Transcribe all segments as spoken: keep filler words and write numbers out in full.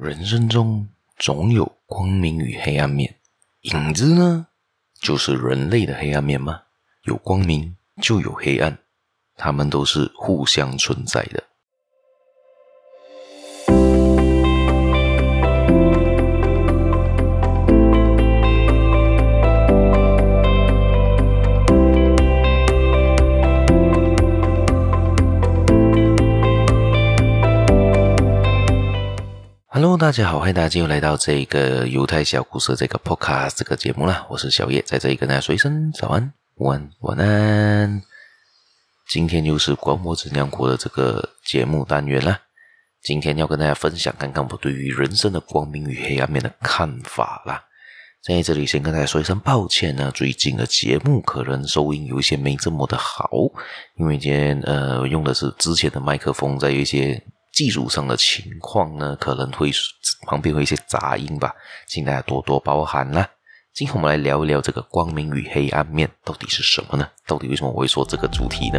人生中总有光明与黑暗面，影子呢，就是人类的黑暗面吗？有光明就有黑暗，它们都是互相存在的。Hello， 大家好，欢迎大家又来到这个犹太小故事这个 podcast 这个节目啦，我是小叶，在这里跟大家说一声早安、午安、晚安。今天又是管我怎样过的这个节目单元啦。今天要跟大家分享看看我对于人生的光明与黑暗面的看法啦。在这里先跟大家说一声抱歉呢，最近的节目可能收音有一些没这么的好，因为今天呃用的是之前的麦克风，在有一些技术上的情况呢，可能会旁边会有一些杂音吧，请大家多多包涵啦。今天我们来聊一聊这个光明与黑暗面到底是什么呢？到底为什么我会说这个主题呢？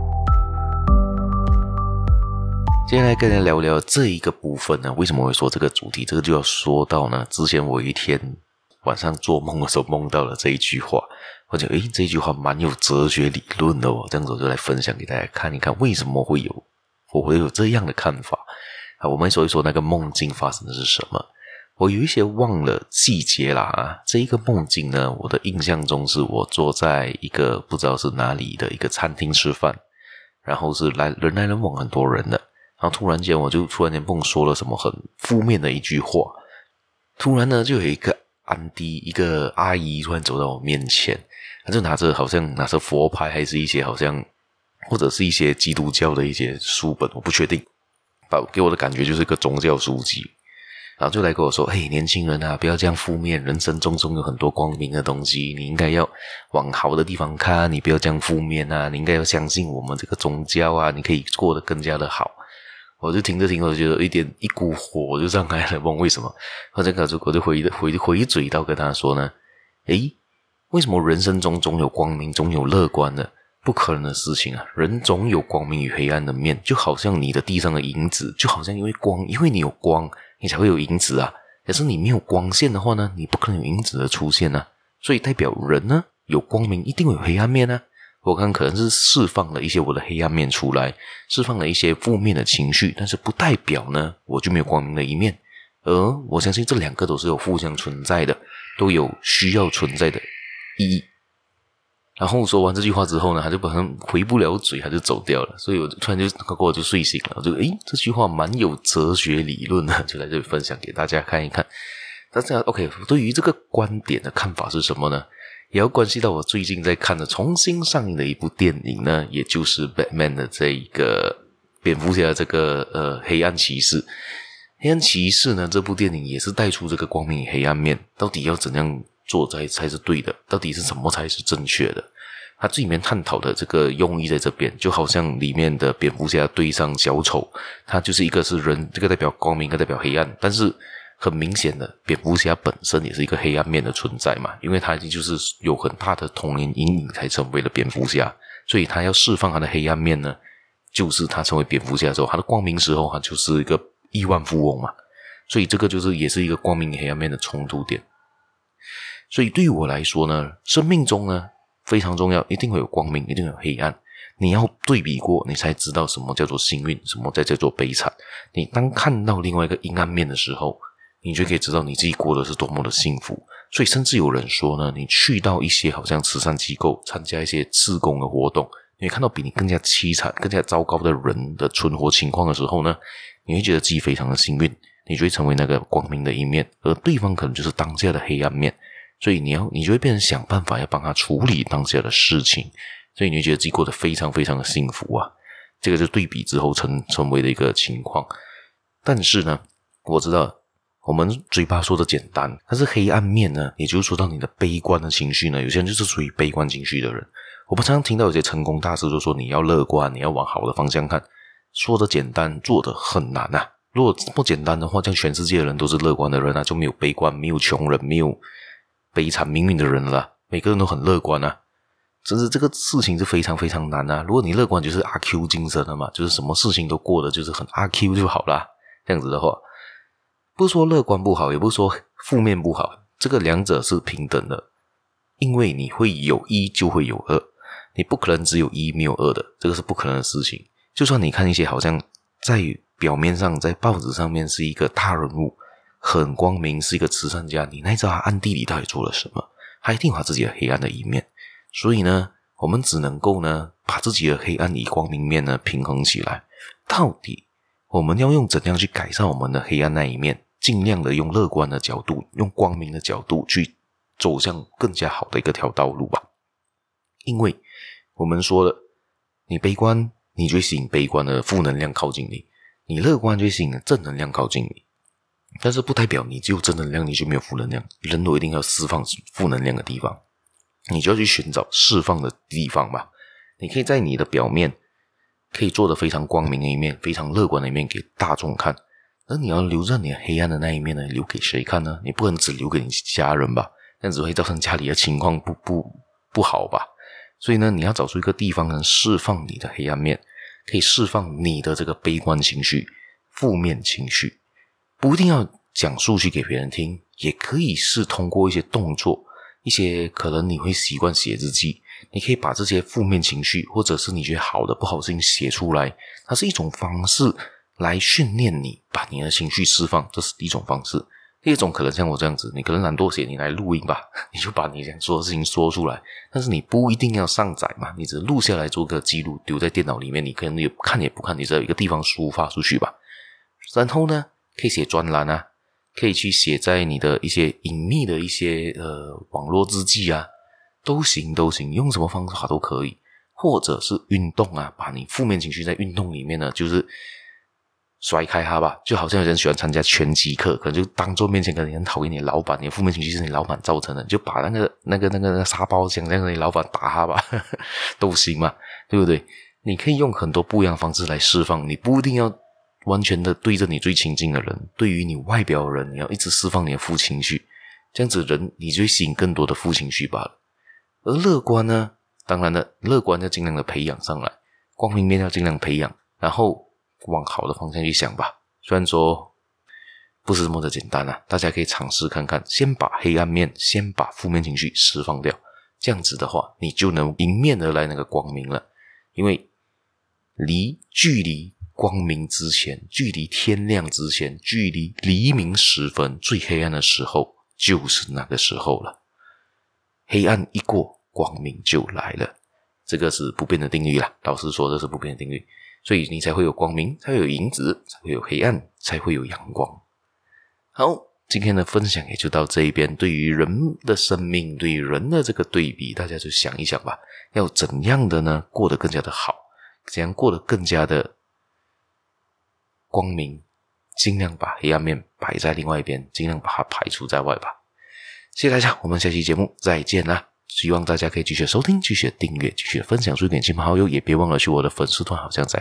接下来跟大家聊一聊这一个部分呢，为什么我会说这个主题？这个就要说到呢，之前我有一天晚上做梦的时候梦到了这一句话，我觉得诶，这句话蛮有哲学理论的哦，这样子我就来分享给大家看一看为什么会有我会有这样的看法啊。我们说一说那个梦境发生的是什么。我有一些忘了细节啦啊。这一个梦境呢，我的印象中是我坐在一个不知道是哪里的一个餐厅吃饭，然后是来人来人往很多人的，然后突然间我就突然间蹦说了什么很负面的一句话，突然呢就有一个安迪一个阿姨突然走到我面前，她就拿着好像拿着佛牌还是一些好像或者是一些基督教的一些书本，我不确定，把给我的感觉就是一个宗教书籍，然后就来跟我说，嘿，年轻人啊，不要这样负面，人生中中有很多光明的东西，你应该要往好的地方看，你不要这样负面啊，你应该要相信我们这个宗教啊，你可以过得更加的好。我就听着听着，我就觉得一点一股火就上来了，问为什么？我这个我就回回回嘴到跟他说呢，诶，为什么人生中总有光明，总有乐观的？不可能的事情啊！人总有光明与黑暗的面，就好像你的地上的影子，就好像因为光，因为你有光，你才会有影子啊。可是你没有光线的话呢，你不可能有影子的出现啊。所以代表人呢，有光明一定会有黑暗面啊。我看可能是释放了一些我的黑暗面出来，释放了一些负面的情绪，但是不代表呢，我就没有光明的一面。而我相信这两个都是有互相存在的，都有需要存在的意义。然后说完这句话之后呢，他就本身回不了嘴，他就走掉了。所以我就突然就过后我就睡醒了，我就诶，这句话蛮有哲学理论的，就在这里分享给大家看一看。但是 OK， 对于这个观点的看法是什么呢？也要关系到我最近在看的重新上映的一部电影呢，也就是 Batman 的这一个蝙蝠侠这个呃黑暗骑士。黑暗骑士呢，这部电影也是带出这个光明与黑暗面，到底要怎样做才才是对的，到底是什么才是正确的。他这里面探讨的这个用意在这边，就好像里面的蝙蝠侠对上小丑，他就是一个是人，这个代表光明，一个代表黑暗，但是很明显的蝙蝠侠本身也是一个黑暗面的存在嘛，因为他已经就是有很大的童年阴影才成为了蝙蝠侠，所以他要释放他的黑暗面呢，就是他成为蝙蝠侠之后，他的光明时候他就是一个亿万富翁嘛，所以这个就是也是一个光明与黑暗面的冲突点。所以对于我来说呢，生命中呢非常重要，一定会有光明，一定会有黑暗。你要对比过，你才知道什么叫做幸运，什么才叫做悲惨。你当看到另外一个阴暗面的时候，你就可以知道你自己过得是多么的幸福。所以甚至有人说呢，你去到一些好像慈善机构参加一些志工的活动，你会看到比你更加凄惨更加糟糕的人的存活情况的时候呢，你会觉得自己非常的幸运，你就会成为那个光明的一面，而对方可能就是当下的黑暗面。所以你要你就会变成想办法要帮他处理当下的事情，所以你会觉得自己过得非常非常的幸福啊。这个是对比之后成成为的一个情况。但是呢，我知道我们嘴巴说的简单，但是黑暗面呢，也就是说到你的悲观的情绪呢，有些人就是属于悲观情绪的人。我们常常听到有些成功大师就说你要乐观，你要往好的方向看，说的简单，做的很难啊。如果这么简单的话，这样全世界的人都是乐观的人啊，就没有悲观，没有穷人，没有悲惨命运的人了啦，每个人都很乐观啊。真是这个事情是非常非常难啊。如果你乐观就是阿 Q 精神了嘛，就是什么事情都过得就是很阿 Q 就好啦，这样子的话。 不是说乐观不好，也不是说负面不好，这个两者是平等的，因为你会有一就会有二，你不可能只有一没有二的，这个是不可能的事情。就算你看一些好像在表面上在报纸上面是一个大人物，很光明，是一个慈善家，你哪知道他暗地里到底做了什么，他一定有他自己的黑暗的一面。所以呢，我们只能够呢把自己的黑暗与光明面呢平衡起来。到底我们要用怎样去改善我们的黑暗那一面，尽量的用乐观的角度，用光明的角度去走向更加好的一个条道路吧。因为我们说了，你悲观，你就会吸引悲观的负能量靠近你，你乐观就会吸引正能量靠近你。但是不代表你只有正能量你就没有负能量，人都一定要释放负能量的地方，你就要去寻找释放的地方吧。你可以在你的表面可以做得非常光明的一面，非常乐观的一面给大众看，而你要留着你的黑暗的那一面呢，留给谁看呢？你不能只留给你家人吧，这样子会造成家里的情况不不不好吧。所以呢，你要找出一个地方能释放你的黑暗面，可以释放你的这个悲观情绪、负面情绪，不一定要讲述去给别人听，也可以是通过一些动作，一些可能你会习惯写日记，你可以把这些负面情绪或者是你觉得好的不好的事情写出来，它是一种方式来训练你把你的情绪释放，这是一种方式。第二种可能像我这样子，你可能懒惰写，你来录音吧，你就把你想说的事情说出来，但是你不一定要上载嘛，你只录下来做个记录，丢在电脑里面，你可能也看也不看，你只有一个地方抒发出去吧。然后呢，可以写专栏啊，可以去写在你的一些隐秘的一些呃网络日记啊，都行都行，用什么方法都可以。或者是运动啊，把你负面情绪在运动里面呢就是甩开它吧，就好像有人喜欢参加拳击课，可能就当桌面前可能很讨厌你的老板，你的负面情绪是你老板造成的，就把那个那个那个那个沙包想让你老板打他吧都行嘛，对不对？你可以用很多不一样的方式来释放，你不一定要完全的对着你最亲近的人，对于你外表的人，你要一直释放你的负情绪，这样子人你就会吸引更多的负情绪罢了。而乐观呢，当然了，乐观要尽量的培养上来，光明面要尽量培养，然后往好的方向去想吧。虽然说不是这么的简单啊，大家可以尝试看看，先把黑暗面，先把负面情绪释放掉，这样子的话，你就能迎面而来那个光明了。因为离距离光明之前，距离天亮之前，距离黎明时分最黑暗的时候，就是那个时候了。黑暗一过，光明就来了，这个是不变的定律啦。老师说的是不变的定律，所以你才会有光明，才会有影子，才会有黑暗，才会有阳光。好，今天的分享也就到这一边。对于人的生命，对于人的这个对比，大家就想一想吧，要怎样的呢过得更加的好，怎样过得更加的光明，尽量把黑暗面摆在另外一边，尽量把它排除在外吧。谢谢大家，我们下期节目再见啦！希望大家可以继续收听，继续订阅，继续分享出给亲朋好友，也别忘了去我的粉丝团，好像在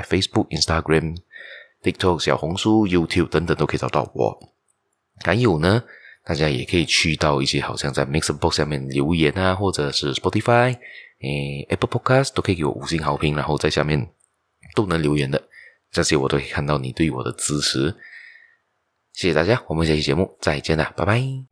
Facebook、Instagram、TikTok、小红书、YouTube 等等都可以找到我。还有呢，大家也可以去到一些好像在 Mixerbox 下面留言啊，或者是 Spotify、诶 Apple Podcast 都可以给我五星好评，然后在下面都能留言的，这些我都可以看到你对我的支持。谢谢大家，我们下期节目再见啦，拜拜。